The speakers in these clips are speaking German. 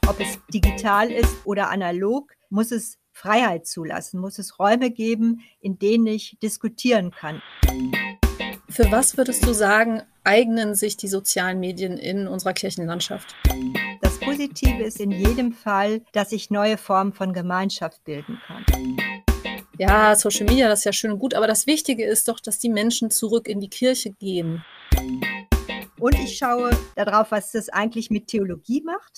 Ob es digital ist oder analog, muss es Freiheit zulassen, muss es Räume geben, in denen ich diskutieren kann. Für was würdest du sagen, eignen sich die sozialen Medien in unserer Kirchenlandschaft? Das Positive ist in jedem Fall, dass ich neue Formen von Gemeinschaft bilden kann. Ja, Social Media, das ist ja schön und gut, aber das Wichtige ist doch, dass die Menschen zurück in die Kirche gehen. Und ich schaue darauf, was das eigentlich mit Theologie macht.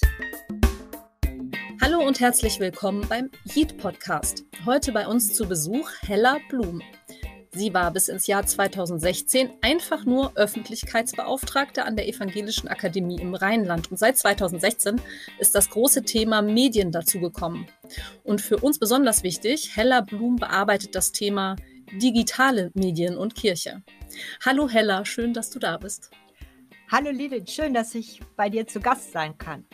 Hallo und herzlich willkommen beim JIT-Podcast. Heute bei uns zu Besuch Hella Blum. Sie war bis ins Jahr 2016 einfach nur Öffentlichkeitsbeauftragte an der Evangelischen Akademie im Rheinland. Und seit 2016 ist das große Thema Medien dazugekommen. Und für uns besonders wichtig, Hella Blum bearbeitet das Thema digitale Medien und Kirche. Hallo Hella, schön, dass du da bist. Hallo Lilith, schön, dass ich bei dir zu Gast sein kann.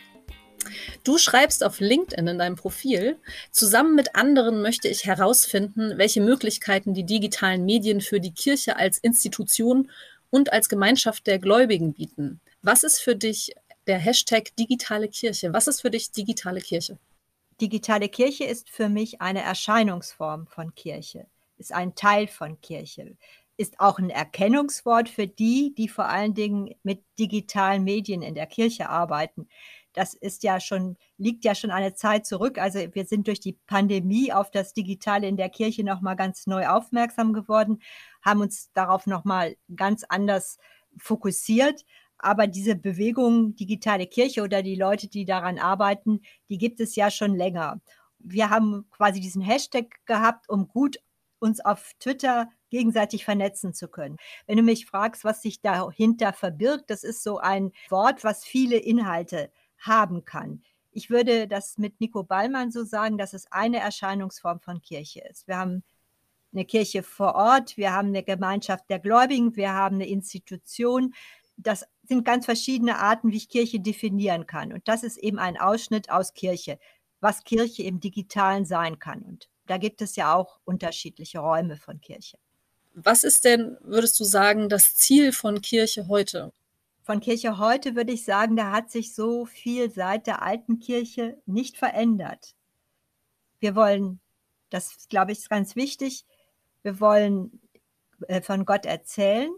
Du schreibst auf LinkedIn in deinem Profil, zusammen mit anderen möchte ich herausfinden, welche Möglichkeiten die digitalen Medien für die Kirche als Institution und als Gemeinschaft der Gläubigen bieten. Was ist für dich der Hashtag digitale Kirche? Was ist für dich digitale Kirche? Digitale Kirche ist für mich eine Erscheinungsform von Kirche, ist ein Teil von Kirche, ist auch ein Erkennungswort für die, die vor allen Dingen mit digitalen Medien in der Kirche arbeiten. Das liegt ja schon eine Zeit zurück. Also wir sind durch die Pandemie auf das Digitale in der Kirche nochmal ganz neu aufmerksam geworden, haben uns darauf nochmal ganz anders fokussiert. Aber diese Bewegung digitale Kirche oder die Leute, die daran arbeiten, die gibt es ja schon länger. Wir haben quasi diesen Hashtag gehabt, um gut uns auf Twitter gegenseitig vernetzen zu können. Wenn du mich fragst, was sich dahinter verbirgt, das ist so ein Wort, was viele Inhalte haben kann. Ich würde das mit Nico Ballmann so sagen, dass es eine Erscheinungsform von Kirche ist. Wir haben eine Kirche vor Ort, wir haben eine Gemeinschaft der Gläubigen, wir haben eine Institution. Das sind ganz verschiedene Arten, wie ich Kirche definieren kann. Und das ist eben ein Ausschnitt aus Kirche, was Kirche im Digitalen sein kann. Und da gibt es ja auch unterschiedliche Räume von Kirche. Was ist denn, würdest du sagen, das Ziel von Kirche heute? Von Kirche heute würde ich sagen, da hat sich so viel seit der alten Kirche nicht verändert. Wir wollen, das glaube ich ist ganz wichtig, wir wollen von Gott erzählen.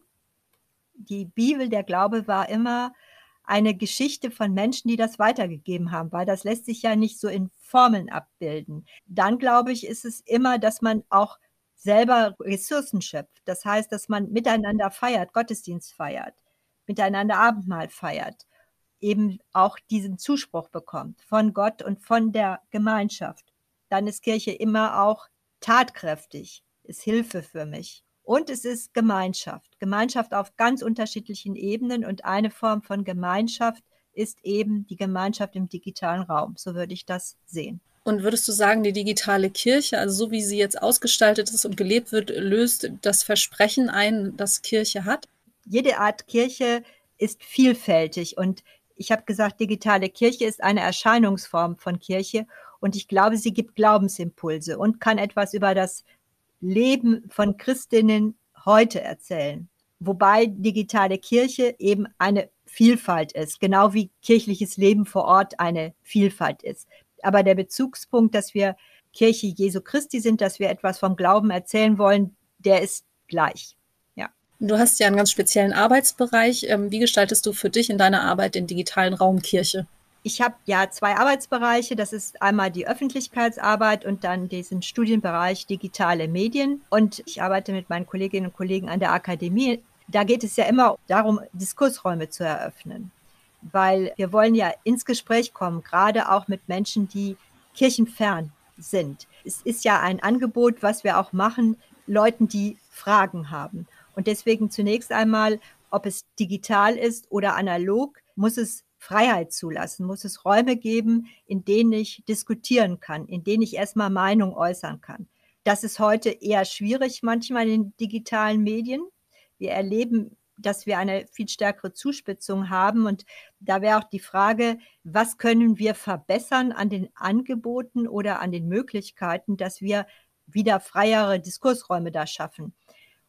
Die Bibel, der Glaube war immer eine Geschichte von Menschen, die das weitergegeben haben, weil das lässt sich ja nicht so in Formeln abbilden. Dann glaube ich, ist es immer, dass man auch selber Ressourcen schöpft. Das heißt, dass man miteinander feiert, Gottesdienst feiert, miteinander Abendmahl feiert, eben auch diesen Zuspruch bekommt von Gott und von der Gemeinschaft. Dann ist Kirche immer auch tatkräftig, ist Hilfe für mich. Und es ist Gemeinschaft. Gemeinschaft auf ganz unterschiedlichen Ebenen. Und eine Form von Gemeinschaft ist eben die Gemeinschaft im digitalen Raum. So würde ich das sehen. Und würdest du sagen, die digitale Kirche, also so wie sie jetzt ausgestaltet ist und gelebt wird, löst das Versprechen ein, das Kirche hat? Jede Art Kirche ist vielfältig. Und ich habe gesagt, digitale Kirche ist eine Erscheinungsform von Kirche. Und ich glaube, sie gibt Glaubensimpulse und kann etwas über das Leben von Christinnen heute erzählen. Wobei digitale Kirche eben eine Vielfalt ist, genau wie kirchliches Leben vor Ort eine Vielfalt ist. Aber der Bezugspunkt, dass wir Kirche Jesu Christi sind, dass wir etwas vom Glauben erzählen wollen, der ist gleich. Ja. Du hast ja einen ganz speziellen Arbeitsbereich. Wie gestaltest du für dich in deiner Arbeit den digitalen Raum Kirche? Ich habe ja 2 Arbeitsbereiche. Das ist einmal die Öffentlichkeitsarbeit und dann diesen Studienbereich digitale Medien. Und ich arbeite mit meinen Kolleginnen und Kollegen an der Akademie. Da geht es ja immer darum, Diskursräume zu eröffnen, weil wir wollen ja ins Gespräch kommen, gerade auch mit Menschen, die kirchenfern sind. Es ist ja ein Angebot, was wir auch machen, Leuten, die Fragen haben. Und deswegen zunächst einmal, ob es digital ist oder analog, muss es Freiheit zulassen, muss es Räume geben, in denen ich diskutieren kann, in denen ich erstmal Meinung äußern kann. Das ist heute eher schwierig manchmal in digitalen Medien. Wir erleben, dass wir eine viel stärkere Zuspitzung haben. Und da wäre auch die Frage, was können wir verbessern an den Angeboten oder an den Möglichkeiten, dass wir wieder freiere Diskursräume da schaffen.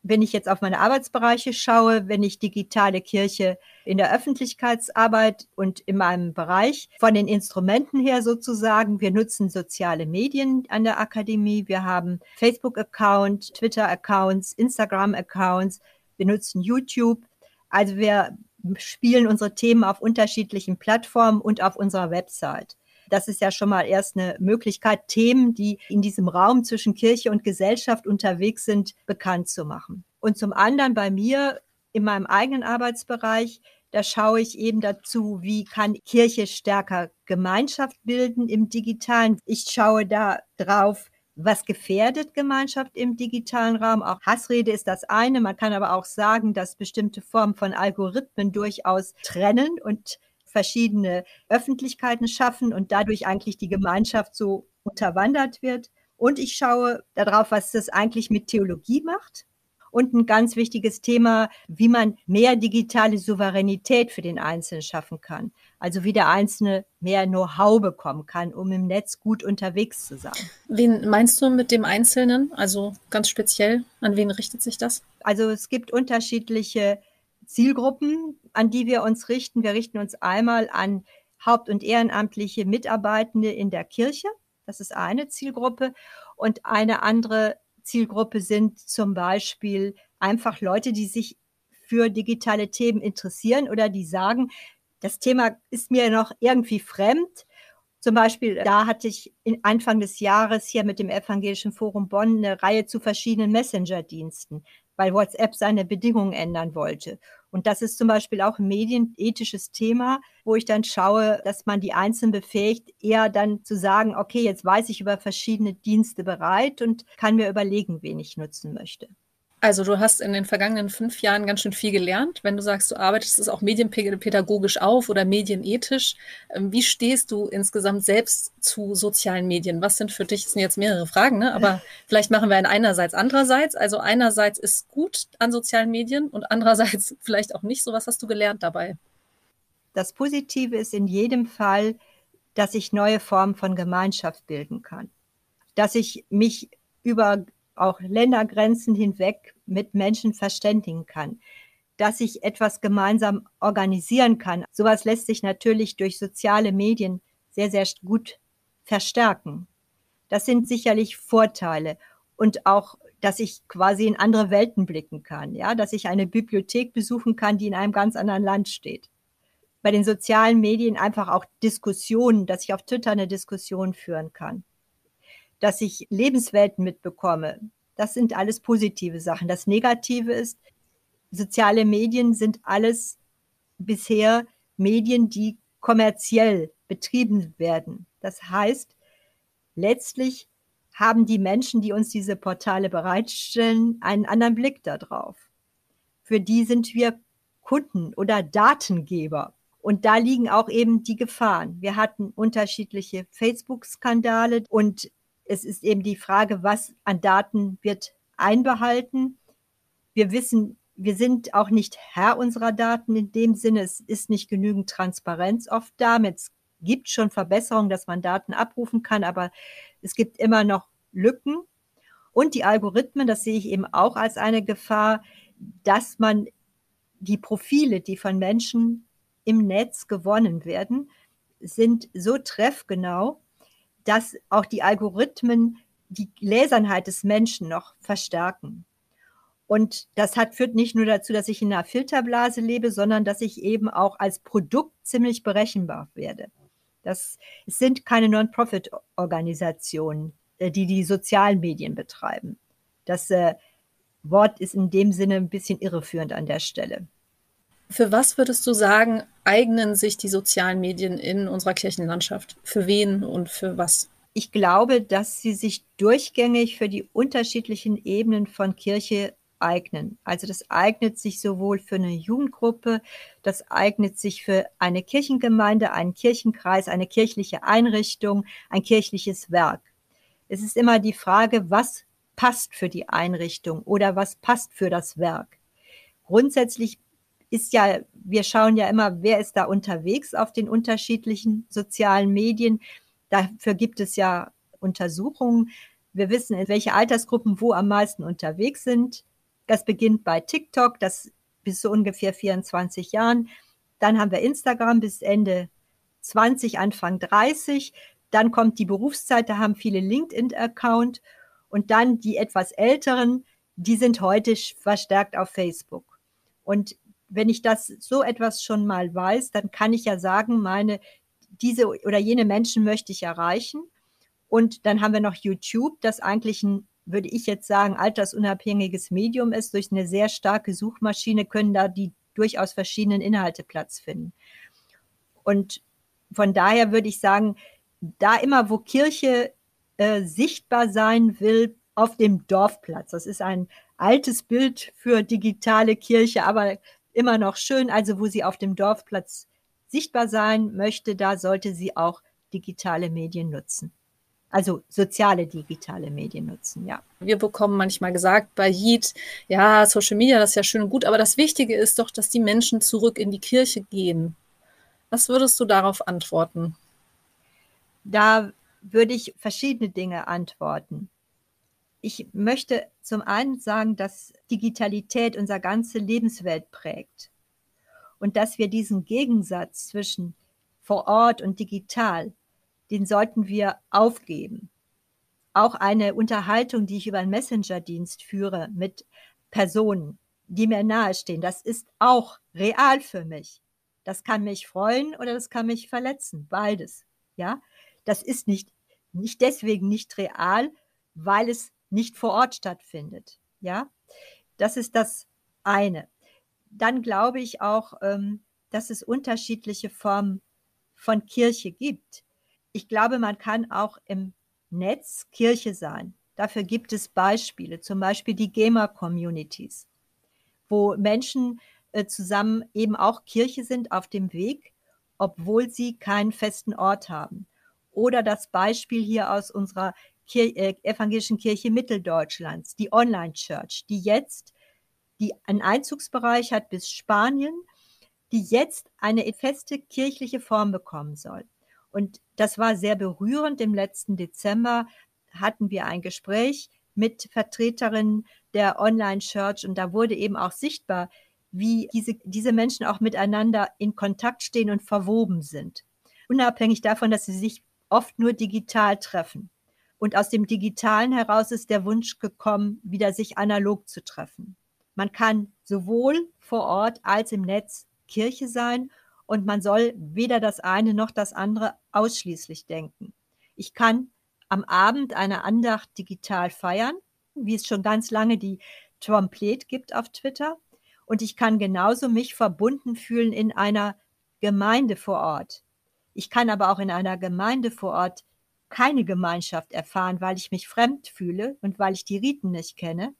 wenn ich jetzt auf meine Arbeitsbereiche schaue, wenn ich digitale Kirche in der Öffentlichkeitsarbeit und in meinem Bereich von den Instrumenten her sozusagen, wir nutzen soziale Medien an der Akademie, wir haben Facebook-Account, Twitter-Accounts, Instagram-Accounts, wir nutzen YouTube, also wir spielen unsere Themen auf unterschiedlichen Plattformen und auf unserer Website. Das ist ja schon mal erst eine Möglichkeit, Themen, die in diesem Raum zwischen Kirche und Gesellschaft unterwegs sind, bekannt zu machen. Und zum anderen bei mir in meinem eigenen Arbeitsbereich, da schaue ich eben dazu, wie kann Kirche stärker Gemeinschaft bilden im Digitalen. Ich schaue da drauf, was gefährdet Gemeinschaft im digitalen Raum. Auch Hassrede ist das eine. Man kann aber auch sagen, dass bestimmte Formen von Algorithmen durchaus trennen und verschiedene Öffentlichkeiten schaffen und dadurch eigentlich die Gemeinschaft so unterwandert wird. Und ich schaue darauf, was das eigentlich mit Theologie macht. Und ein ganz wichtiges Thema, wie man mehr digitale Souveränität für den Einzelnen schaffen kann. Also wie der Einzelne mehr Know-how bekommen kann, um im Netz gut unterwegs zu sein. Wen meinst du mit dem Einzelnen? Also ganz speziell, an wen richtet sich das? Also es gibt unterschiedliche Zielgruppen, an die wir uns richten. Wir richten uns einmal an haupt- und ehrenamtliche Mitarbeitende in der Kirche. Das ist eine Zielgruppe. Und eine andere Zielgruppe sind zum Beispiel einfach Leute, die sich für digitale Themen interessieren oder die sagen, das Thema ist mir noch irgendwie fremd. Zum Beispiel, da hatte ich Anfang des Jahres hier mit dem Evangelischen Forum Bonn eine Reihe zu verschiedenen Messenger-Diensten, weil WhatsApp seine Bedingungen ändern wollte. Und das ist zum Beispiel auch ein medienethisches Thema, wo ich dann schaue, dass man die Einzelnen befähigt, eher dann zu sagen, okay, jetzt weiß ich über verschiedene Dienste Bescheid und kann mir überlegen, wen ich nutzen möchte. Also du hast in den vergangenen 5 Jahren ganz schön viel gelernt. Wenn du sagst, du arbeitest es auch medienpädagogisch auf oder medienethisch, wie stehst du insgesamt selbst zu sozialen Medien? Was sind für dich, das sind jetzt mehrere Fragen, ne? Aber vielleicht machen wir ein einerseits, andererseits. Also einerseits ist gut an sozialen Medien und andererseits vielleicht auch nicht so. Was hast du gelernt dabei? Das Positive ist in jedem Fall, dass ich neue Formen von Gemeinschaft bilden kann. Dass ich mich über auch Ländergrenzen hinweg mit Menschen verständigen kann, dass ich etwas gemeinsam organisieren kann. Sowas lässt sich natürlich durch soziale Medien sehr, sehr gut verstärken. Das sind sicherlich Vorteile und auch, dass ich quasi in andere Welten blicken kann, ja, dass ich eine Bibliothek besuchen kann, die in einem ganz anderen Land steht. Bei den sozialen Medien einfach auch Diskussionen, dass ich auf Twitter eine Diskussion führen kann, dass ich Lebenswelten mitbekomme. Das sind alles positive Sachen. Das Negative ist, soziale Medien sind alles bisher Medien, die kommerziell betrieben werden. Das heißt, letztlich haben die Menschen, die uns diese Portale bereitstellen, einen anderen Blick darauf. Für die sind wir Kunden oder Datengeber. Und da liegen auch eben die Gefahren. Wir hatten unterschiedliche Facebook-Skandale und es ist eben die Frage, was an Daten wird einbehalten. Wir wissen, wir sind auch nicht Herr unserer Daten in dem Sinne, es ist nicht genügend Transparenz oft da. Es gibt schon Verbesserungen, dass man Daten abrufen kann, aber es gibt immer noch Lücken. Und die Algorithmen, das sehe ich eben auch als eine Gefahr, dass man die Profile, die von Menschen im Netz gewonnen werden, sind so treffgenau, dass auch die Algorithmen die Gläsernheit des Menschen noch verstärken. Und das führt nicht nur dazu, dass ich in einer Filterblase lebe, sondern dass ich eben auch als Produkt ziemlich berechenbar werde. Es sind keine Non-Profit-Organisationen, die sozialen Medien betreiben. Das Wort ist in dem Sinne ein bisschen irreführend an der Stelle. Für was würdest du sagen, eignen sich die sozialen Medien in unserer Kirchenlandschaft? Für wen und für was? Ich glaube, dass sie sich durchgängig für die unterschiedlichen Ebenen von Kirche eignen. Also das eignet sich sowohl für eine Jugendgruppe, das eignet sich für eine Kirchengemeinde, einen Kirchenkreis, eine kirchliche Einrichtung, ein kirchliches Werk. Es ist immer die Frage, was passt für die Einrichtung oder was passt für das Werk. Grundsätzlich wir schauen ja immer, wer ist da unterwegs auf den unterschiedlichen sozialen Medien. Dafür gibt es ja Untersuchungen. Wir wissen, in welche Altersgruppen wo am meisten unterwegs sind. Das beginnt bei TikTok, das bis so ungefähr 24 Jahren. Dann haben wir Instagram bis Ende 20, Anfang 30. Dann kommt die Berufszeit, da haben viele LinkedIn-Account. Und dann die etwas Älteren, die sind heute verstärkt auf Facebook. Und wenn ich das so etwas schon mal weiß, dann kann ich ja sagen, diese oder jene Menschen möchte ich erreichen. Und dann haben wir noch YouTube, das eigentlich würde ich jetzt sagen, altersunabhängiges Medium ist. Durch eine sehr starke Suchmaschine können da die durchaus verschiedenen Inhalte Platz finden. Und von daher würde ich sagen, da immer, wo Kirche sichtbar sein will, auf dem Dorfplatz. Das ist ein altes Bild für digitale Kirche, aber immer noch schön. Also wo sie auf dem Dorfplatz sichtbar sein möchte, da sollte sie auch digitale Medien nutzen. Also soziale digitale Medien nutzen, ja. Wir bekommen manchmal gesagt bei Yeet, ja, Social Media, das ist ja schön und gut, aber das Wichtige ist doch, dass die Menschen zurück in die Kirche gehen. Was würdest du darauf antworten? Da würde ich verschiedene Dinge antworten. Ich möchte zum einen sagen, dass Digitalität unsere ganze Lebenswelt prägt und dass wir diesen Gegensatz zwischen vor Ort und digital, den sollten wir aufgeben. Auch eine Unterhaltung, die ich über einen Messenger-Dienst führe mit Personen, die mir nahestehen, das ist auch real für mich. Das kann mich freuen oder das kann mich verletzen, beides. Ja, das ist nicht deswegen nicht real, weil es nicht vor Ort stattfindet. Ja, das ist das eine. Dann glaube ich auch, dass es unterschiedliche Formen von Kirche gibt. Ich glaube, man kann auch im Netz Kirche sein. Dafür gibt es Beispiele, zum Beispiel die Gamer-Communities, wo Menschen zusammen eben auch Kirche sind auf dem Weg, obwohl sie keinen festen Ort haben. Oder das Beispiel hier aus unserer evangelischen Kirche Mitteldeutschlands, die Online-Church, die einen Einzugsbereich hat bis Spanien, die jetzt eine feste kirchliche Form bekommen soll. Und das war sehr berührend. Im letzten Dezember hatten wir ein Gespräch mit Vertreterinnen der Online-Church und da wurde eben auch sichtbar, wie diese Menschen auch miteinander in Kontakt stehen und verwoben sind. Unabhängig davon, dass sie sich oft nur digital treffen. Und aus dem Digitalen heraus ist der Wunsch gekommen, wieder sich analog zu treffen. Man kann sowohl vor Ort als im Netz Kirche sein und man soll weder das eine noch das andere ausschließlich denken. Ich kann am Abend eine Andacht digital feiern, wie es schon ganz lange die Tromplet gibt auf Twitter. Und ich kann genauso mich verbunden fühlen in einer Gemeinde vor Ort. Ich kann aber auch in einer Gemeinde vor Ort keine Gemeinschaft erfahren, weil ich mich fremd fühle und weil ich die Riten nicht kenne.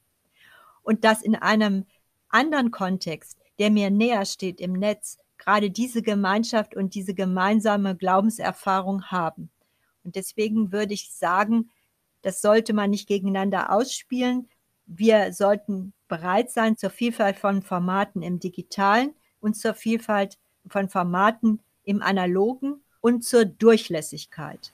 Und das in einem anderen Kontext, der mir näher steht im Netz, gerade diese Gemeinschaft und diese gemeinsame Glaubenserfahrung haben. Und deswegen würde ich sagen, das sollte man nicht gegeneinander ausspielen. Wir sollten bereit sein zur Vielfalt von Formaten im Digitalen und zur Vielfalt von Formaten im Analogen und zur Durchlässigkeit.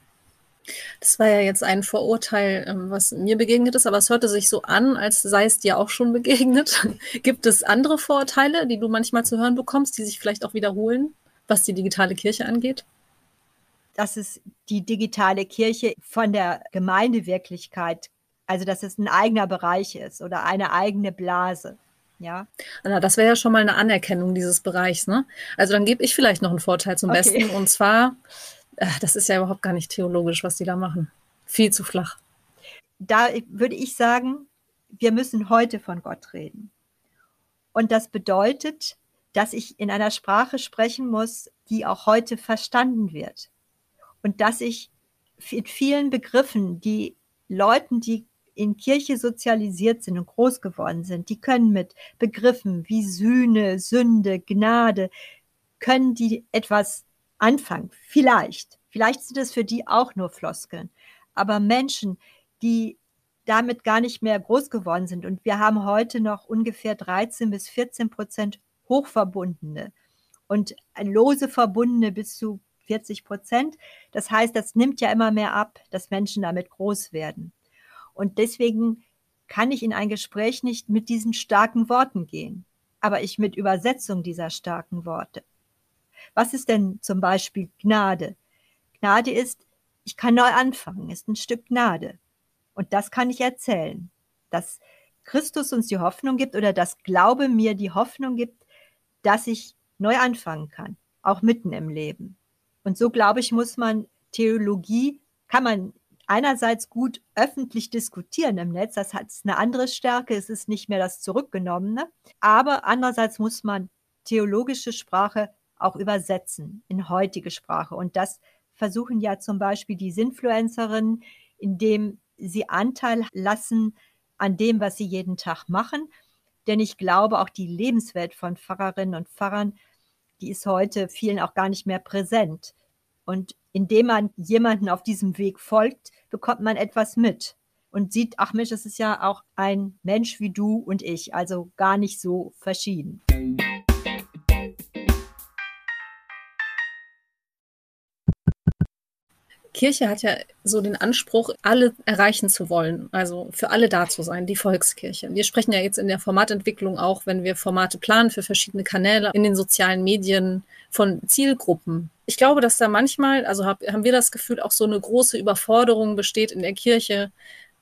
Das war ja jetzt ein Vorurteil, was mir begegnet ist, aber es hörte sich so an, als sei es dir auch schon begegnet. Gibt es andere Vorurteile, die du manchmal zu hören bekommst, die sich vielleicht auch wiederholen, was die digitale Kirche angeht? Dass es die digitale Kirche von der Gemeindewirklichkeit, also dass es ein eigener Bereich ist oder eine eigene Blase. Ja. Na, das wäre ja schon mal eine Anerkennung dieses Bereichs, ne? Also dann gebe ich vielleicht noch einen Vorteil zum Besten, und zwar, das ist ja überhaupt gar nicht theologisch, was die da machen. Viel zu flach. Da würde ich sagen, wir müssen heute von Gott reden. Und das bedeutet, dass ich in einer Sprache sprechen muss, die auch heute verstanden wird. Und dass ich mit vielen Begriffen, die Leuten, die in Kirche sozialisiert sind und groß geworden sind, die können mit Begriffen wie Sühne, Sünde, Gnade, können die etwas anfangen. Vielleicht sind es für die auch nur Floskeln. Aber Menschen, die damit gar nicht mehr groß geworden sind, und wir haben heute noch ungefähr 13-14% Hochverbundene und lose Verbundene bis zu 40%. Das heißt, das nimmt ja immer mehr ab, dass Menschen damit groß werden. Und deswegen kann ich in ein Gespräch nicht mit diesen starken Worten gehen, aber ich mit Übersetzung dieser starken Worte. Was ist denn zum Beispiel Gnade? Gnade ist, ich kann neu anfangen, ist ein Stück Gnade. Und das kann ich erzählen, dass Christus uns die Hoffnung gibt oder dass Glaube mir die Hoffnung gibt, dass ich neu anfangen kann, auch mitten im Leben. Und so, glaube ich, muss man Theologie, kann man einerseits gut öffentlich diskutieren im Netz, das hat eine andere Stärke, es ist nicht mehr das Zurückgenommene, aber andererseits muss man theologische Sprache auch übersetzen in heutige Sprache. Und das versuchen ja zum Beispiel die Sinfluencerinnen, indem sie Anteil lassen an dem, was sie jeden Tag machen. Denn ich glaube, auch die Lebenswelt von Pfarrerinnen und Pfarrern, die ist heute vielen auch gar nicht mehr präsent. Und indem man jemanden auf diesem Weg folgt, bekommt man etwas mit und sieht, ach Mensch, das ist ja auch ein Mensch wie du und ich, also gar nicht so verschieden. Kirche hat ja so den Anspruch, alle erreichen zu wollen, also für alle da zu sein, die Volkskirche. Wir sprechen ja jetzt in der Formatentwicklung auch, wenn wir Formate planen für verschiedene Kanäle in den sozialen Medien, von Zielgruppen. Ich glaube, dass da manchmal, also haben wir das Gefühl, auch so eine große Überforderung besteht in der Kirche.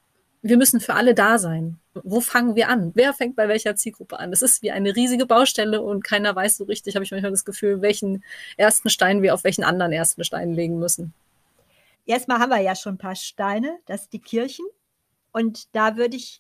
Wir müssen für alle da sein. Wo fangen wir an? Wer fängt bei welcher Zielgruppe an? Das ist wie eine riesige Baustelle und keiner weiß so richtig, habe ich manchmal das Gefühl, welchen ersten Stein wir auf welchen anderen ersten Stein legen müssen. Erstmal haben wir ja schon ein paar Steine, das sind die Kirchen. Und da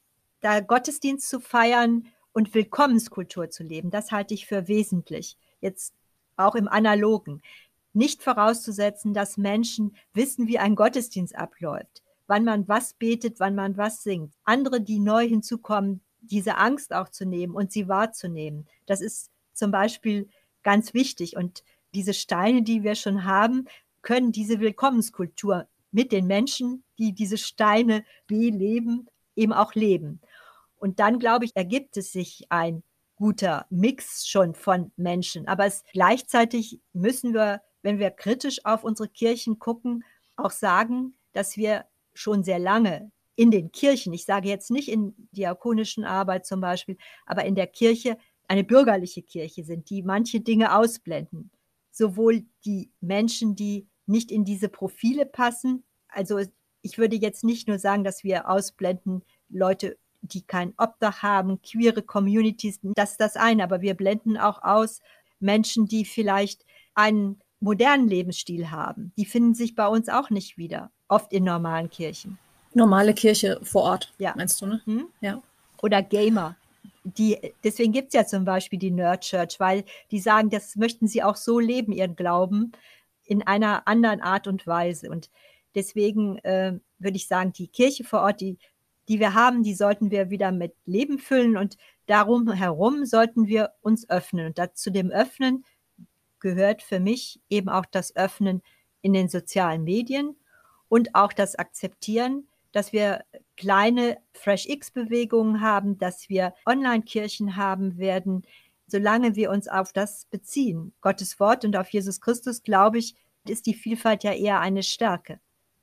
Gottesdienst zu feiern und Willkommenskultur zu leben, das halte ich für wesentlich. Jetzt auch im Analogen. Nicht vorauszusetzen, dass Menschen wissen, wie ein Gottesdienst abläuft, wann man was betet, wann man was singt. Andere, die neu hinzukommen, diese Angst auch zu nehmen und sie wahrzunehmen. Das ist zum Beispiel ganz wichtig. Und diese Steine, die wir schon haben, können diese Willkommenskultur mit den Menschen, die diese Steine beleben, eben auch leben. Und dann, glaube ich, ergibt es sich ein guter Mix schon von Menschen. Aber gleichzeitig müssen wir, wenn wir kritisch auf unsere Kirchen gucken, auch sagen, dass wir schon sehr lange in den Kirchen, ich sage jetzt nicht in diakonischen Arbeit zum Beispiel, aber in der Kirche eine bürgerliche Kirche sind, die manche Dinge ausblenden. Sowohl die Menschen, die nicht in diese Profile passen, also ich würde jetzt nicht nur sagen, dass wir ausblenden Leute, die kein Obdach haben, queere Communities, das ist das eine, aber wir blenden auch aus Menschen, die vielleicht einen modernen Lebensstil haben. Die finden sich bei uns auch nicht wieder, oft in normalen Kirchen. Normale Kirche vor Ort, ja. Meinst du, ne? Ja. Oder Gamer. Deswegen gibt es ja zum Beispiel die Nerd Church, weil die sagen, das möchten sie auch so leben, ihren Glauben, in einer anderen Art und Weise. Und deswegen würde ich sagen, die Kirche vor Ort, die wir haben, die sollten wir wieder mit Leben füllen und darum herum sollten wir uns öffnen. Und zu dem Öffnen gehört für mich eben auch das Öffnen in den sozialen Medien und auch das Akzeptieren, dass wir kleine Fresh-X-Bewegungen haben, dass wir Online-Kirchen haben werden, solange wir uns auf das beziehen. Gottes Wort und auf Jesus Christus, glaube ich, ist die Vielfalt ja eher eine Stärke.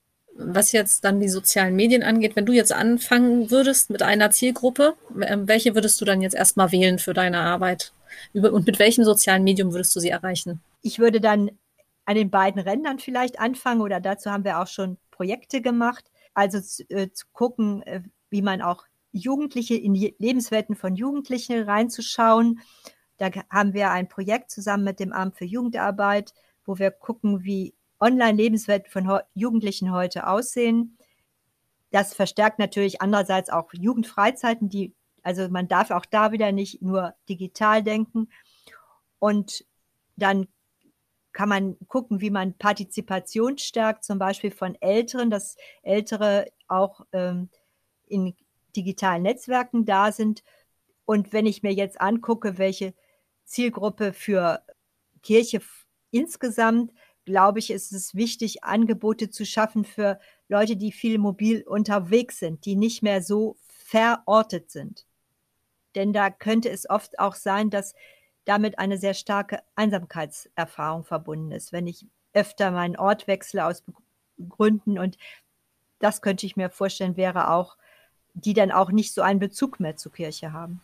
Was jetzt dann die sozialen Medien angeht, wenn du jetzt anfangen würdest mit einer Zielgruppe, welche würdest du dann jetzt erstmal wählen für deine Arbeit? Und mit welchem sozialen Medium würdest du sie erreichen? Ich würde dann an den beiden Rändern vielleicht anfangen oder dazu haben wir auch schon Projekte gemacht. Also zu gucken, wie man auch Jugendliche in die Lebenswelten von Jugendlichen reinzuschauen. Da haben wir ein Projekt zusammen mit dem Amt für Jugendarbeit, wo wir gucken, wie Online-Lebenswelten von Jugendlichen heute aussehen. Das verstärkt natürlich andererseits auch Jugendfreizeiten, also man darf auch da wieder nicht nur digital denken. Und dann kann man gucken, wie man Partizipation stärkt, zum Beispiel von Älteren, dass Ältere auch in digitalen Netzwerken da sind. Und wenn ich mir jetzt angucke, welche Zielgruppe für Kirche insgesamt, glaube ich, ist es wichtig, Angebote zu schaffen für Leute, die viel mobil unterwegs sind, die nicht mehr so verortet sind. Denn da könnte es oft auch sein, dass damit eine sehr starke Einsamkeitserfahrung verbunden ist, wenn ich öfter meinen Ort wechsle aus Gründen. Und das könnte ich mir vorstellen, wäre auch die dann auch nicht so einen Bezug mehr zur Kirche haben.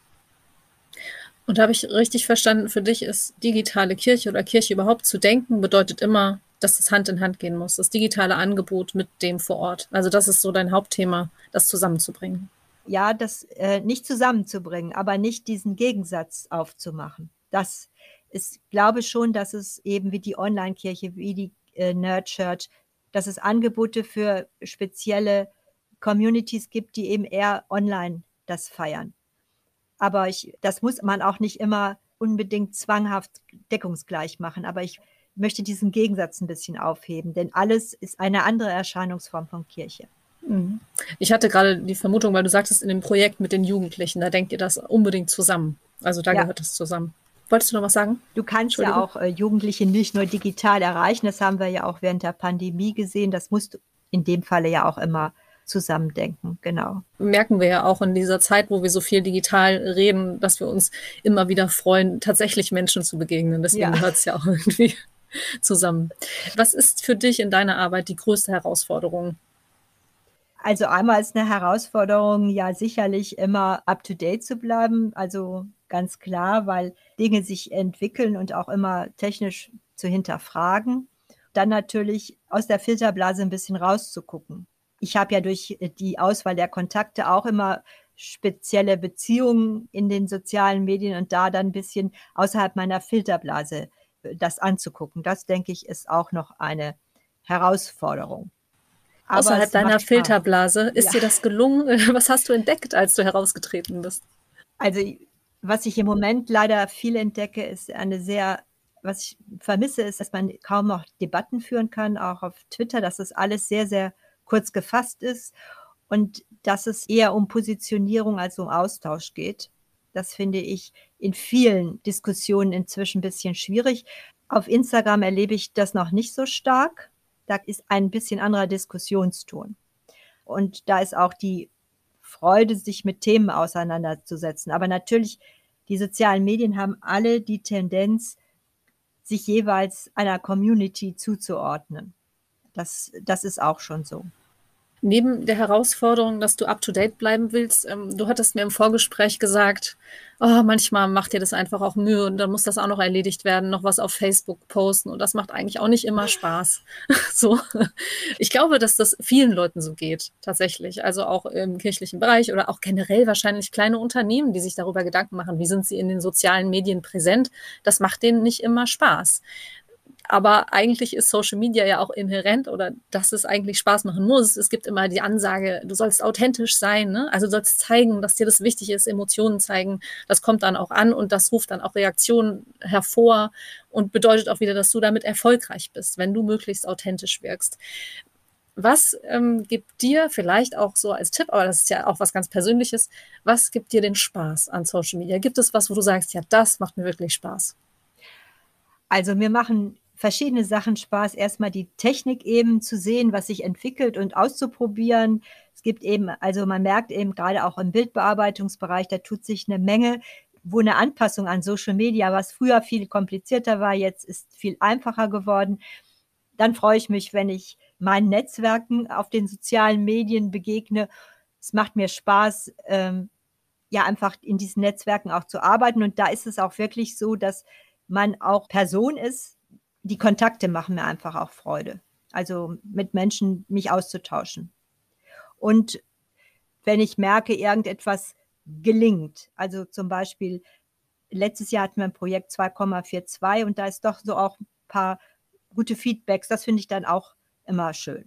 Und habe ich richtig verstanden, für dich ist digitale Kirche oder Kirche überhaupt zu denken, bedeutet immer, dass es Hand in Hand gehen muss, das digitale Angebot mit dem vor Ort. Also das ist so dein Hauptthema, das zusammenzubringen. Ja, das nicht zusammenzubringen, aber nicht diesen Gegensatz aufzumachen. Das ist, glaube schon, dass es eben wie die Online-Kirche, wie die Nerd Church, dass es Angebote für spezielle Communities gibt, die eben eher online das feiern. Aber das muss man auch nicht immer unbedingt zwanghaft deckungsgleich machen. Aber ich möchte diesen Gegensatz ein bisschen aufheben, denn alles ist eine andere Erscheinungsform von Kirche. Ich hatte gerade die Vermutung, weil du sagtest, in dem Projekt mit den Jugendlichen, da denkt ihr das unbedingt zusammen. Also da Ja. gehört das zusammen. Wolltest du noch was sagen? Du kannst ja auch Jugendliche nicht nur digital erreichen. Das haben wir ja auch während der Pandemie gesehen. Das musst du in dem Falle ja auch immer zusammendenken. Genau. Merken wir ja auch in dieser Zeit, wo wir so viel digital reden, dass wir uns immer wieder freuen, tatsächlich Menschen zu begegnen. Deswegen gehört es ja auch irgendwie zusammen. Was ist für dich in deiner Arbeit die größte Herausforderung? Also einmal ist eine Herausforderung ja sicherlich immer up-to-date zu bleiben, also ganz klar, weil Dinge sich entwickeln und auch immer technisch zu hinterfragen. Dann natürlich aus der Filterblase ein bisschen rauszugucken. Ich habe ja durch die Auswahl der Kontakte auch immer spezielle Beziehungen in den sozialen Medien und da dann ein bisschen außerhalb meiner Filterblase das anzugucken. Das, denke ich, ist auch noch eine Herausforderung. Außerhalb deiner Filterblase, ist dir das gelungen? Was hast du entdeckt, als du herausgetreten bist? Also, was ich im Moment leider viel entdecke, ist was ich vermisse, ist, dass man kaum noch Debatten führen kann, auch auf Twitter, dass das alles sehr, sehr kurz gefasst ist und dass es eher um Positionierung als um Austausch geht. Das finde ich in vielen Diskussionen inzwischen ein bisschen schwierig. Auf Instagram erlebe ich das noch nicht so stark. Da ist ein bisschen anderer Diskussionston. Und da ist auch die Freude, sich mit Themen auseinanderzusetzen. Aber natürlich, die sozialen Medien haben alle die Tendenz, sich jeweils einer Community zuzuordnen. Das ist auch schon so. Neben der Herausforderung, dass du up-to-date bleiben willst, du hattest mir im Vorgespräch gesagt, oh, manchmal macht dir das einfach auch Mühe und dann muss das auch noch erledigt werden, noch was auf Facebook posten und das macht eigentlich auch nicht immer Spaß. So. Ich glaube, dass das vielen Leuten so geht, tatsächlich. Also auch im kirchlichen Bereich oder auch generell wahrscheinlich kleine Unternehmen, die sich darüber Gedanken machen, wie sind sie in den sozialen Medien präsent. Das macht denen nicht immer Spaß. Aber eigentlich ist Social Media ja auch inhärent oder dass es eigentlich Spaß machen muss. Es gibt immer die Ansage, du sollst authentisch sein, ne? Also du sollst zeigen, dass dir das wichtig ist, Emotionen zeigen. Das kommt dann auch an und das ruft dann auch Reaktionen hervor und bedeutet auch wieder, dass du damit erfolgreich bist, wenn du möglichst authentisch wirkst. Was gibt dir vielleicht auch so als Tipp, aber das ist ja auch was ganz Persönliches, was gibt dir den Spaß an Social Media? Gibt es was, wo du sagst, ja, das macht mir wirklich Spaß? Also mir machen verschiedene Sachen Spaß. Erstmal die Technik eben zu sehen, was sich entwickelt und auszuprobieren. Es gibt eben, also man merkt eben gerade auch im Bildbearbeitungsbereich, da tut sich eine Menge, wo eine Anpassung an Social Media, was früher viel komplizierter war, jetzt ist viel einfacher geworden. Dann freue ich mich, wenn ich meinen Netzwerken auf den sozialen Medien begegne. Es macht mir Spaß, ja, einfach in diesen Netzwerken auch zu arbeiten. Und da ist es auch wirklich so, dass man auch Person ist. Die Kontakte machen mir einfach auch Freude. Also mit Menschen mich auszutauschen. Und wenn ich merke, irgendetwas gelingt, also zum Beispiel letztes Jahr hatten wir ein Projekt 2,42 und da ist doch so auch ein paar gute Feedbacks. Das finde ich dann auch immer schön.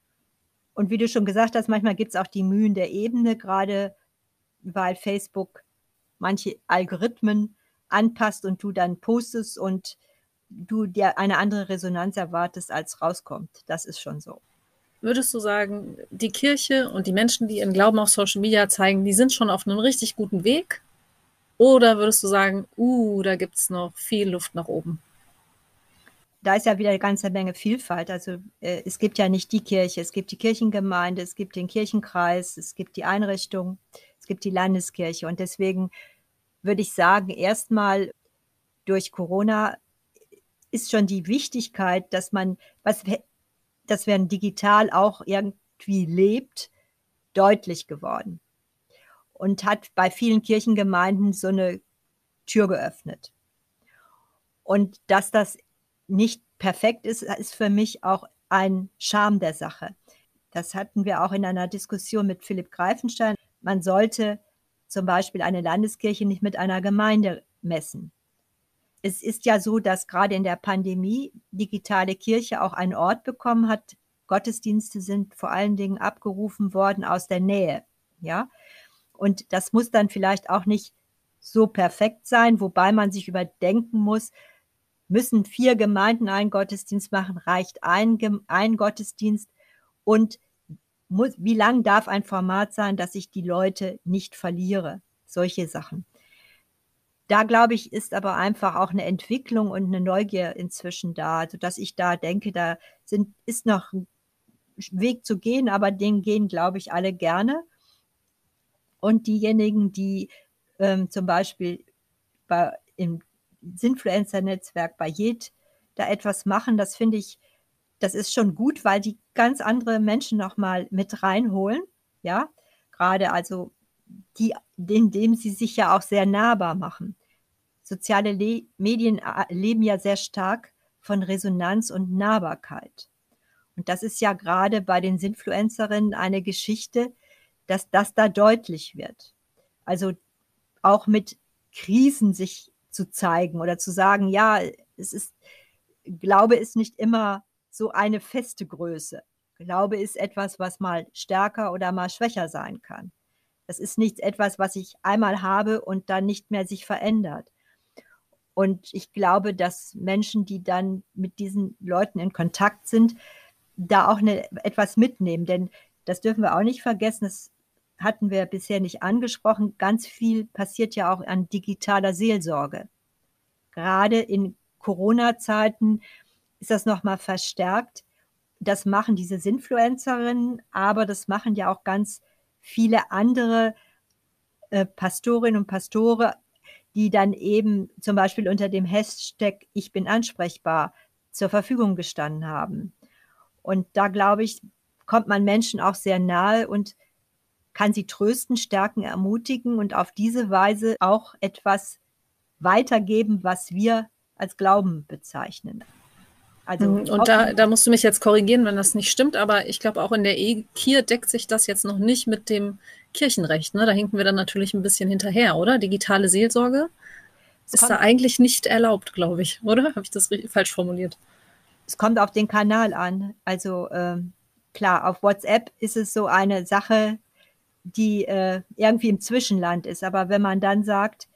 Und wie du schon gesagt hast, manchmal gibt es auch die Mühen der Ebene, gerade weil Facebook manche Algorithmen anpasst und du dann postest und du dir eine andere Resonanz erwartest, als rauskommt. Das ist schon so. Würdest du sagen, die Kirche und die Menschen, die ihren Glauben auf Social Media zeigen, die sind schon auf einem richtig guten Weg? Oder würdest du sagen, da gibt es noch viel Luft nach oben? Da ist ja wieder eine ganze Menge Vielfalt. Also es gibt ja nicht die Kirche, es gibt die Kirchengemeinde, es gibt den Kirchenkreis, es gibt die Einrichtung, es gibt die Landeskirche. Und deswegen würde ich sagen, erstmal durch Corona ist schon die Wichtigkeit, dass man, dass man digital auch irgendwie lebt, deutlich geworden. und hat bei vielen Kirchengemeinden so eine Tür geöffnet. Und dass das nicht perfekt ist, ist für mich auch ein Charme der Sache. Das hatten wir auch in einer Diskussion mit Philipp Greifenstein. Man sollte zum Beispiel eine Landeskirche nicht mit einer Gemeinde messen. Es ist ja so, dass gerade in der Pandemie digitale Kirche auch einen Ort bekommen hat. Gottesdienste sind vor allen Dingen abgerufen worden aus der Nähe. Ja? Und das muss dann vielleicht auch nicht so perfekt sein, wobei man sich überdenken muss, müssen 4 Gemeinden einen Gottesdienst machen, reicht ein Gottesdienst und wie lang darf ein Format sein, dass ich die Leute nicht verliere? Solche Sachen. Da, glaube ich, ist aber einfach auch eine Entwicklung und eine Neugier inzwischen da, sodass ich da denke, da ist noch ein Weg zu gehen, aber den gehen, glaube ich, alle gerne. Und diejenigen, die zum Beispiel im Sinfluencer-Netzwerk bei JED da etwas machen, das finde ich, das ist schon gut, weil die ganz andere Menschen nochmal mit reinholen, ja, gerade also indem sie sich ja auch sehr nahbar machen. Soziale Medien leben ja sehr stark von Resonanz und Nahbarkeit. Und das ist ja gerade bei den Sinfluencerinnen eine Geschichte, dass das da deutlich wird. Also auch mit Krisen sich zu zeigen oder zu sagen, ja, Glaube ist nicht immer so eine feste Größe. Glaube ist etwas, was mal stärker oder mal schwächer sein kann. Das ist nicht etwas, was ich einmal habe und dann nicht mehr sich verändert. Und ich glaube, dass Menschen, die dann mit diesen Leuten in Kontakt sind, da auch etwas mitnehmen. Denn das dürfen wir auch nicht vergessen, das hatten wir bisher nicht angesprochen. Ganz viel passiert ja auch an digitaler Seelsorge. Gerade in Corona-Zeiten ist das nochmal verstärkt. Das machen diese Sinfluencerinnen, aber das machen ja auch ganz viele andere Pastorinnen und Pastore, die dann eben zum Beispiel unter dem Hashtag Ich bin ansprechbar zur Verfügung gestanden haben. Und da, glaube ich, kommt man Menschen auch sehr nahe und kann sie trösten, stärken, ermutigen und auf diese Weise auch etwas weitergeben, was wir als Glauben bezeichnen. Also und da musst du mich jetzt korrigieren, wenn das nicht stimmt, aber ich glaube auch in der EKIR deckt sich das jetzt noch nicht mit dem Kirchenrecht. Ne? Da hinken wir dann natürlich ein bisschen hinterher, oder? Digitale Seelsorge ist da eigentlich nicht erlaubt, glaube ich, oder? Habe ich das falsch formuliert? Es kommt auf den Kanal an. Also klar, auf WhatsApp ist es so eine Sache, die irgendwie im Zwischenland ist. Aber wenn man dann sagt,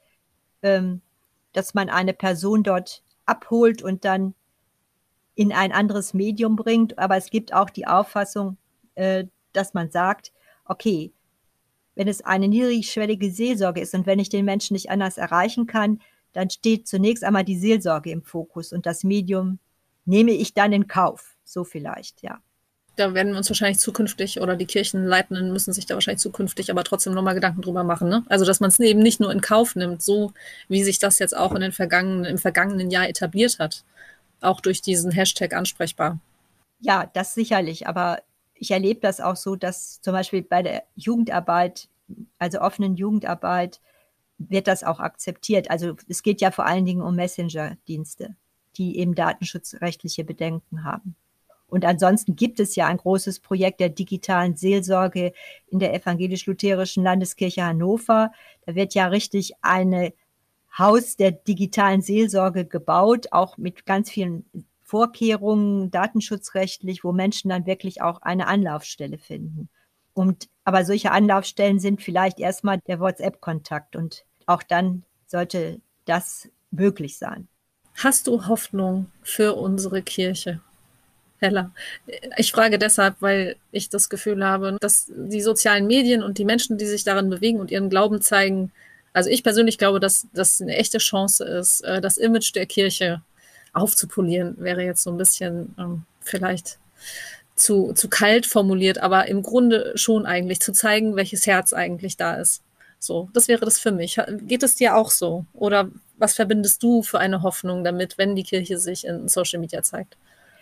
dass man eine Person dort abholt und dann in ein anderes Medium bringt, aber es gibt auch die Auffassung, dass man sagt, okay, wenn es eine niedrigschwellige Seelsorge ist und wenn ich den Menschen nicht anders erreichen kann, dann steht zunächst einmal die Seelsorge im Fokus und das Medium nehme ich dann in Kauf. So vielleicht, ja. Da werden wir uns wahrscheinlich zukünftig oder die Kirchenleitenden müssen sich da wahrscheinlich zukünftig aber trotzdem nochmal Gedanken drüber machen. Ne? Also, dass man es eben nicht nur in Kauf nimmt, so wie sich das jetzt auch im vergangenen Jahr etabliert hat. Auch durch diesen Hashtag ansprechbar. Ja, das sicherlich. Aber ich erlebe das auch so, dass zum Beispiel bei der Jugendarbeit, also offenen Jugendarbeit, wird das auch akzeptiert. Also es geht ja vor allen Dingen um Messenger-Dienste, die eben datenschutzrechtliche Bedenken haben. Und ansonsten gibt es ja ein großes Projekt der digitalen Seelsorge in der Evangelisch-Lutherischen Landeskirche Hannover. Da wird ja richtig ein Haus der digitalen Seelsorge gebaut, auch mit ganz vielen Vorkehrungen, datenschutzrechtlich, wo Menschen dann wirklich auch eine Anlaufstelle finden. Aber solche Anlaufstellen sind vielleicht erstmal der WhatsApp-Kontakt und auch dann sollte das möglich sein. Hast du Hoffnung für unsere Kirche, Hella? Ich frage deshalb, weil ich das Gefühl habe, dass die sozialen Medien und die Menschen, die sich darin bewegen und ihren Glauben zeigen, also ich persönlich glaube, dass das eine echte Chance ist, das Image der Kirche aufzupolieren, wäre jetzt so ein bisschen vielleicht zu kalt formuliert, aber im Grunde schon eigentlich zu zeigen, welches Herz eigentlich da ist. So, das wäre das für mich. Geht es dir auch so? Oder was verbindest du für eine Hoffnung damit, wenn die Kirche sich in Social Media zeigt?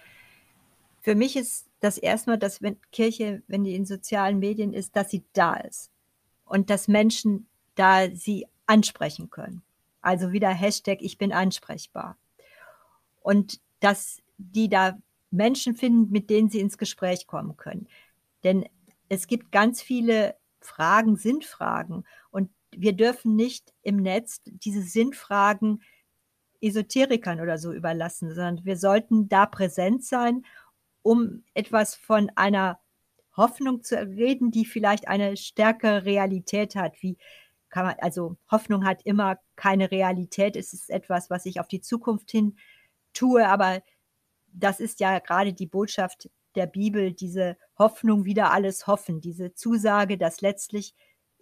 Für mich ist das erstmal, dass wenn Kirche, wenn die in sozialen Medien ist, dass sie da ist. und dass Menschen da sie ansprechen können. Also wieder Hashtag ich bin ansprechbar. Und dass die da Menschen finden, mit denen sie ins Gespräch kommen können. Denn es gibt ganz viele Fragen, Sinnfragen. Und wir dürfen nicht im Netz diese Sinnfragen Esoterikern oder so überlassen, sondern wir sollten da präsent sein, um etwas von einer Hoffnung zu reden, die vielleicht eine stärkere Realität hat. Also Hoffnung hat immer keine Realität. Es ist etwas, was ich auf die Zukunft hin tue, aber das ist ja gerade die Botschaft der Bibel, diese Hoffnung, wieder alles hoffen, diese Zusage, dass letztlich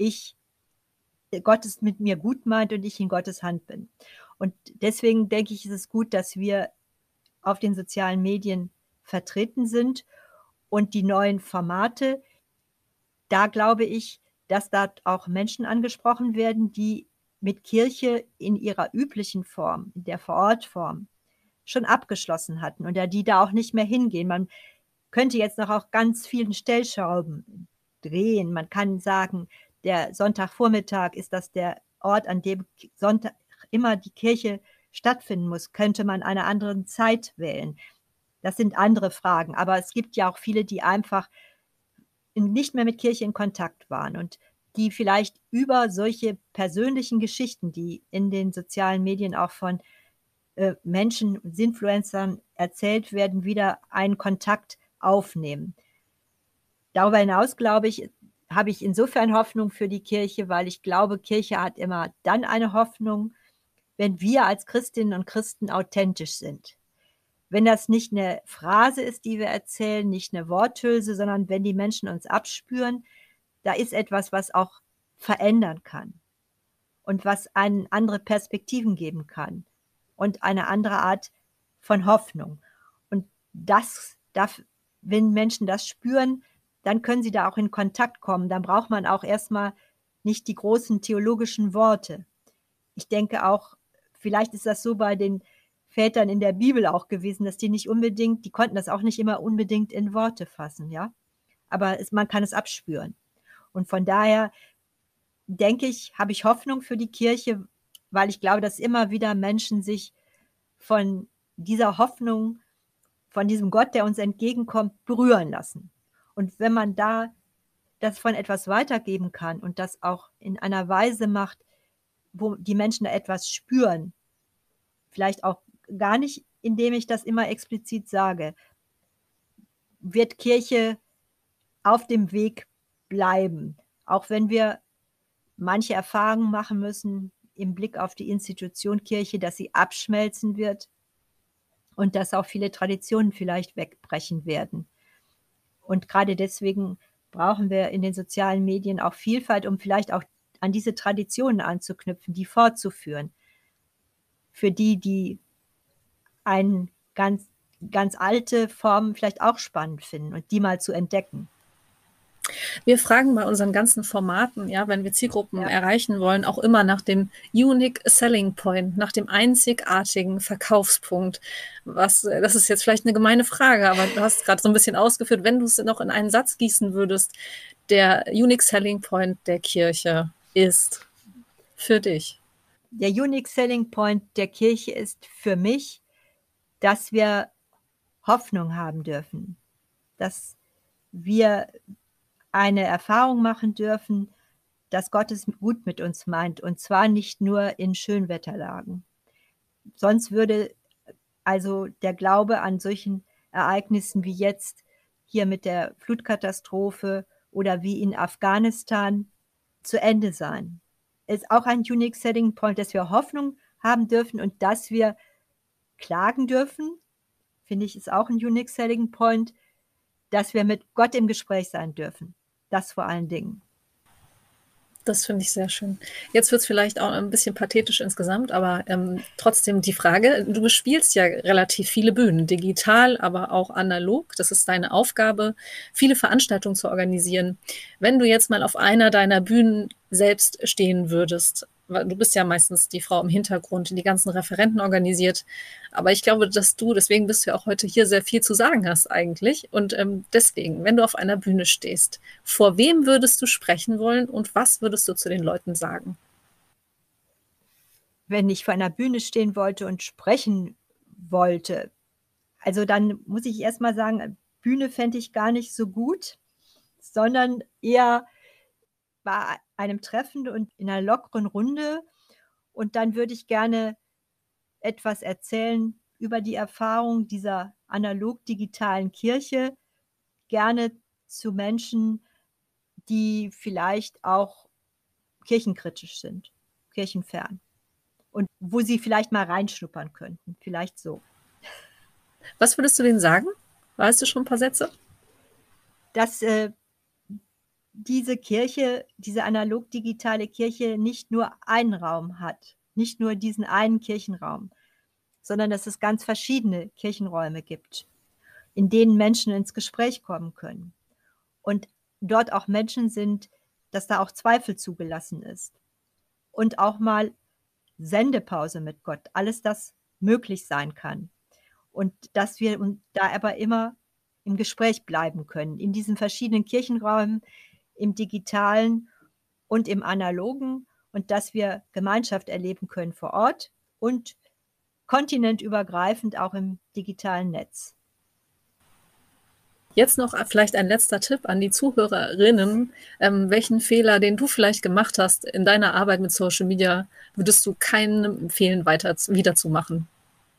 Gott es mit mir gut meint und ich in Gottes Hand bin. Und deswegen denke ich, ist es gut, dass wir auf den sozialen Medien vertreten sind und die neuen Formate, da glaube ich, dass da auch Menschen angesprochen werden, die mit Kirche in ihrer üblichen Form, in der Vorortform, schon abgeschlossen hatten und die da auch nicht mehr hingehen. Man könnte jetzt noch auch ganz vielen Stellschrauben drehen. Man kann sagen, der Sonntagvormittag ist das der Ort, an dem Sonntag immer die Kirche stattfinden muss. Könnte man eine andere Zeit wählen? Das sind andere Fragen. Aber es gibt ja auch viele, die einfach nicht mehr mit Kirche in Kontakt waren und die vielleicht über solche persönlichen Geschichten, die in den sozialen Medien auch von Menschen, Influencern erzählt werden, wieder einen Kontakt aufnehmen. Darüber hinaus, glaube ich, habe ich insofern Hoffnung für die Kirche, weil ich glaube, Kirche hat immer dann eine Hoffnung, wenn wir als Christinnen und Christen authentisch sind. Wenn das nicht eine Phrase ist, die wir erzählen, nicht eine Worthülse, sondern wenn die Menschen uns abspüren, da ist etwas, was auch verändern kann und was einen andere Perspektiven geben kann und eine andere Art von Hoffnung. Und wenn Menschen das spüren, dann können sie da auch in Kontakt kommen. Dann braucht man auch erstmal nicht die großen theologischen Worte. Ich denke auch, vielleicht ist das so bei den Vätern in der Bibel auch gewesen, dass die konnten das auch nicht immer unbedingt in Worte fassen, ja. Aber man kann es abspüren. Und von daher denke ich, habe ich Hoffnung für die Kirche, weil ich glaube, dass immer wieder Menschen sich von dieser Hoffnung, von diesem Gott, der uns entgegenkommt, berühren lassen. Und wenn man da das von etwas weitergeben kann und das auch in einer Weise macht, wo die Menschen da etwas spüren, vielleicht auch gar nicht, indem ich das immer explizit sage, wird Kirche auf dem Weg bleiben, auch wenn wir manche Erfahrungen machen müssen im Blick auf die Institution Kirche, dass sie abschmelzen wird und dass auch viele Traditionen vielleicht wegbrechen werden. Und gerade deswegen brauchen wir in den sozialen Medien auch Vielfalt, um vielleicht auch an diese Traditionen anzuknüpfen, die fortzuführen. Für die eine ganz, ganz alte Formen vielleicht auch spannend finden und die mal zu entdecken. Wir fragen bei unseren ganzen Formaten, ja, wenn wir Zielgruppen erreichen wollen, auch immer nach dem Unique Selling Point, nach dem einzigartigen Verkaufspunkt. Das ist jetzt vielleicht eine gemeine Frage, aber du hast gerade so ein bisschen ausgeführt, wenn du es noch in einen Satz gießen würdest, der Unique Selling Point der Kirche ist für dich. Der Unique Selling Point der Kirche ist für mich, dass wir Hoffnung haben dürfen, dass wir eine Erfahrung machen dürfen, dass Gott es gut mit uns meint, und zwar nicht nur in Schönwetterlagen. Sonst würde also der Glaube an solchen Ereignissen wie jetzt hier mit der Flutkatastrophe oder wie in Afghanistan zu Ende sein. Es ist auch ein Unique Selling Point, dass wir Hoffnung haben dürfen und dass wir klagen dürfen, finde ich, ist auch ein Unique Selling Point, dass wir mit Gott im Gespräch sein dürfen. Das vor allen Dingen. Das finde ich sehr schön. Jetzt wird es vielleicht auch ein bisschen pathetisch insgesamt, aber trotzdem die Frage, du bespielst ja relativ viele Bühnen, digital, aber auch analog. Das ist deine Aufgabe, viele Veranstaltungen zu organisieren. Wenn du jetzt mal auf einer deiner Bühnen selbst stehen würdest, du bist ja meistens die Frau im Hintergrund, die die ganzen Referenten organisiert. Aber ich glaube, deswegen bist du ja auch heute hier, sehr viel zu sagen hast eigentlich. Und deswegen, wenn du auf einer Bühne stehst, vor wem würdest du sprechen wollen und was würdest du zu den Leuten sagen? Wenn ich vor einer Bühne stehen wollte und sprechen wollte, also dann muss ich erst mal sagen, Bühne fände ich gar nicht so gut, sondern eher bei einem Treffen und in einer lockeren Runde. Und dann würde ich gerne etwas erzählen über die Erfahrung dieser analog-digitalen Kirche, gerne zu Menschen, die vielleicht auch kirchenkritisch sind, kirchenfern. Und wo sie vielleicht mal reinschnuppern könnten, vielleicht so. Was würdest du denen sagen? Weißt du schon ein paar Sätze? Dass diese Kirche, diese analog-digitale Kirche nicht nur einen Raum hat, nicht nur diesen einen Kirchenraum, sondern dass es ganz verschiedene Kirchenräume gibt, in denen Menschen ins Gespräch kommen können. Und dort auch Menschen sind, dass da auch Zweifel zugelassen ist. Und auch mal Sendepause mit Gott, alles das möglich sein kann. Und dass wir da aber immer im Gespräch bleiben können, in diesen verschiedenen Kirchenräumen, im digitalen und im analogen, und dass wir Gemeinschaft erleben können vor Ort und kontinentübergreifend auch im digitalen Netz. Jetzt noch vielleicht ein letzter Tipp an die Zuhörerinnen. Welchen Fehler, den du vielleicht gemacht hast in deiner Arbeit mit Social Media, würdest du keinem empfehlen, wieder zu machen?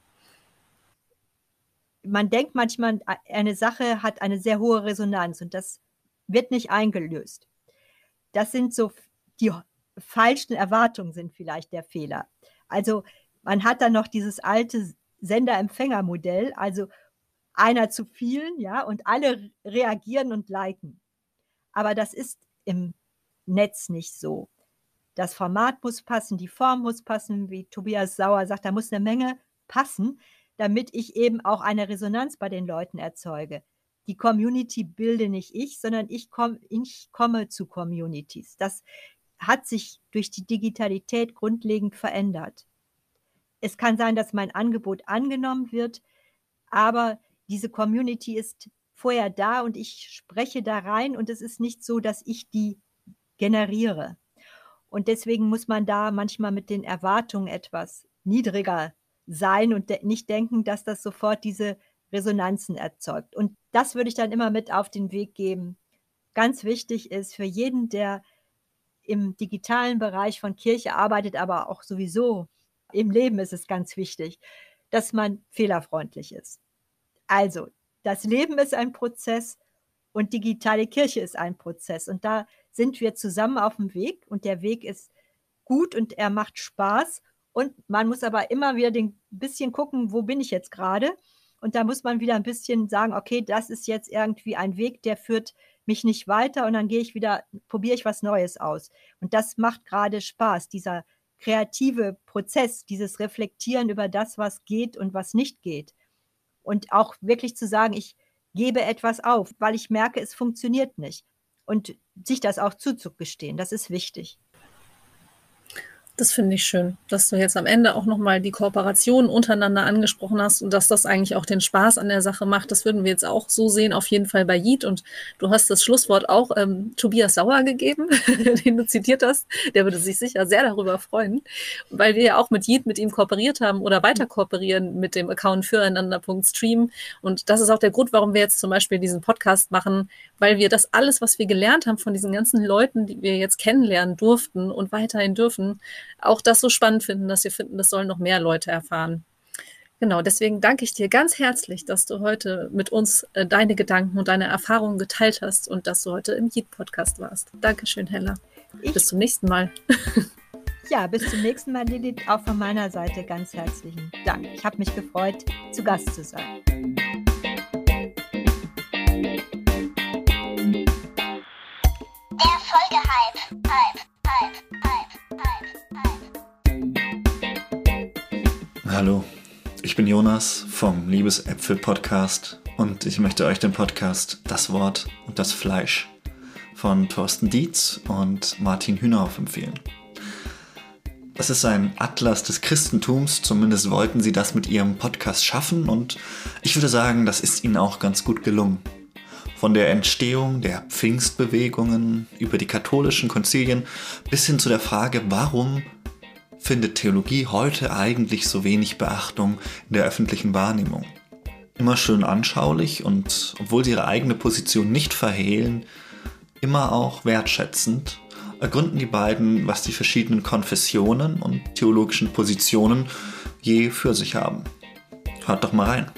Man denkt manchmal, eine Sache hat eine sehr hohe Resonanz und das wird nicht eingelöst. Das sind so die falschen Erwartungen, sind vielleicht der Fehler. Also man hat dann noch dieses alte Sender-Empfänger-Modell, also einer zu vielen, ja, und alle reagieren und liken. Aber das ist im Netz nicht so. Das Format muss passen, die Form muss passen, wie Tobias Sauer sagt, da muss eine Menge passen, damit ich eben auch eine Resonanz bei den Leuten erzeuge. Die Community bilde nicht ich, sondern ich komme zu Communities. Das hat sich durch die Digitalität grundlegend verändert. Es kann sein, dass mein Angebot angenommen wird, aber diese Community ist vorher da und ich spreche da rein und es ist nicht so, dass ich die generiere. Und deswegen muss man da manchmal mit den Erwartungen etwas niedriger sein und nicht denken, dass das sofort diese Resonanzen erzeugt. Und das würde ich dann immer mit auf den Weg geben. Ganz wichtig ist für jeden, der im digitalen Bereich von Kirche arbeitet, aber auch sowieso im Leben ist es ganz wichtig, dass man fehlerfreundlich ist. Also, das Leben ist ein Prozess und digitale Kirche ist ein Prozess. Und da sind wir zusammen auf dem Weg und der Weg ist gut und er macht Spaß. Und man muss aber immer wieder ein bisschen gucken, wo bin ich jetzt gerade? Und da muss man wieder ein bisschen sagen, okay, das ist jetzt irgendwie ein Weg, der führt mich nicht weiter und dann probiere ich was Neues aus. Und das macht gerade Spaß, dieser kreative Prozess, dieses Reflektieren über das, was geht und was nicht geht. Und auch wirklich zu sagen, ich gebe etwas auf, weil ich merke, es funktioniert nicht. Und sich das auch zuzugestehen, das ist wichtig. Das finde ich schön, dass du jetzt am Ende auch nochmal die Kooperation untereinander angesprochen hast und dass das eigentlich auch den Spaß an der Sache macht. Das würden wir jetzt auch so sehen, auf jeden Fall bei Yeet. Und du hast das Schlusswort auch Tobias Sauer gegeben, den du zitiert hast. Der würde sich sicher sehr darüber freuen, weil wir ja auch mit Yeet mit ihm kooperiert haben oder weiter kooperieren mit dem Account füreinander.stream. Und das ist auch der Grund, warum wir jetzt zum Beispiel diesen Podcast machen, weil wir das alles, was wir gelernt haben von diesen ganzen Leuten, die wir jetzt kennenlernen durften und weiterhin dürfen, auch das so spannend finden, dass wir finden, das sollen noch mehr Leute erfahren. Genau, deswegen danke ich dir ganz herzlich, dass du heute mit uns deine Gedanken und deine Erfahrungen geteilt hast und dass du heute im Yeet-Podcast warst. Dankeschön, Hella. Bis zum nächsten Mal. Ja, bis zum nächsten Mal, Lilith. Auch von meiner Seite ganz herzlichen Dank. Ich habe mich gefreut, zu Gast zu sein. Hallo, ich bin Jonas vom Liebesäpfel-Podcast und ich möchte euch den Podcast Das Wort und das Fleisch von Thorsten Dietz und Martin Hühnerhoff empfehlen. Das ist ein Atlas des Christentums, zumindest wollten sie das mit ihrem Podcast schaffen und ich würde sagen, das ist ihnen auch ganz gut gelungen. Von der Entstehung der Pfingstbewegungen über die katholischen Konzilien bis hin zu der Frage, warum findet Theologie heute eigentlich so wenig Beachtung in der öffentlichen Wahrnehmung. Immer schön anschaulich und, obwohl sie ihre eigene Position nicht verhehlen, immer auch wertschätzend, ergründen die beiden, was die verschiedenen Konfessionen und theologischen Positionen je für sich haben. Hört doch mal rein.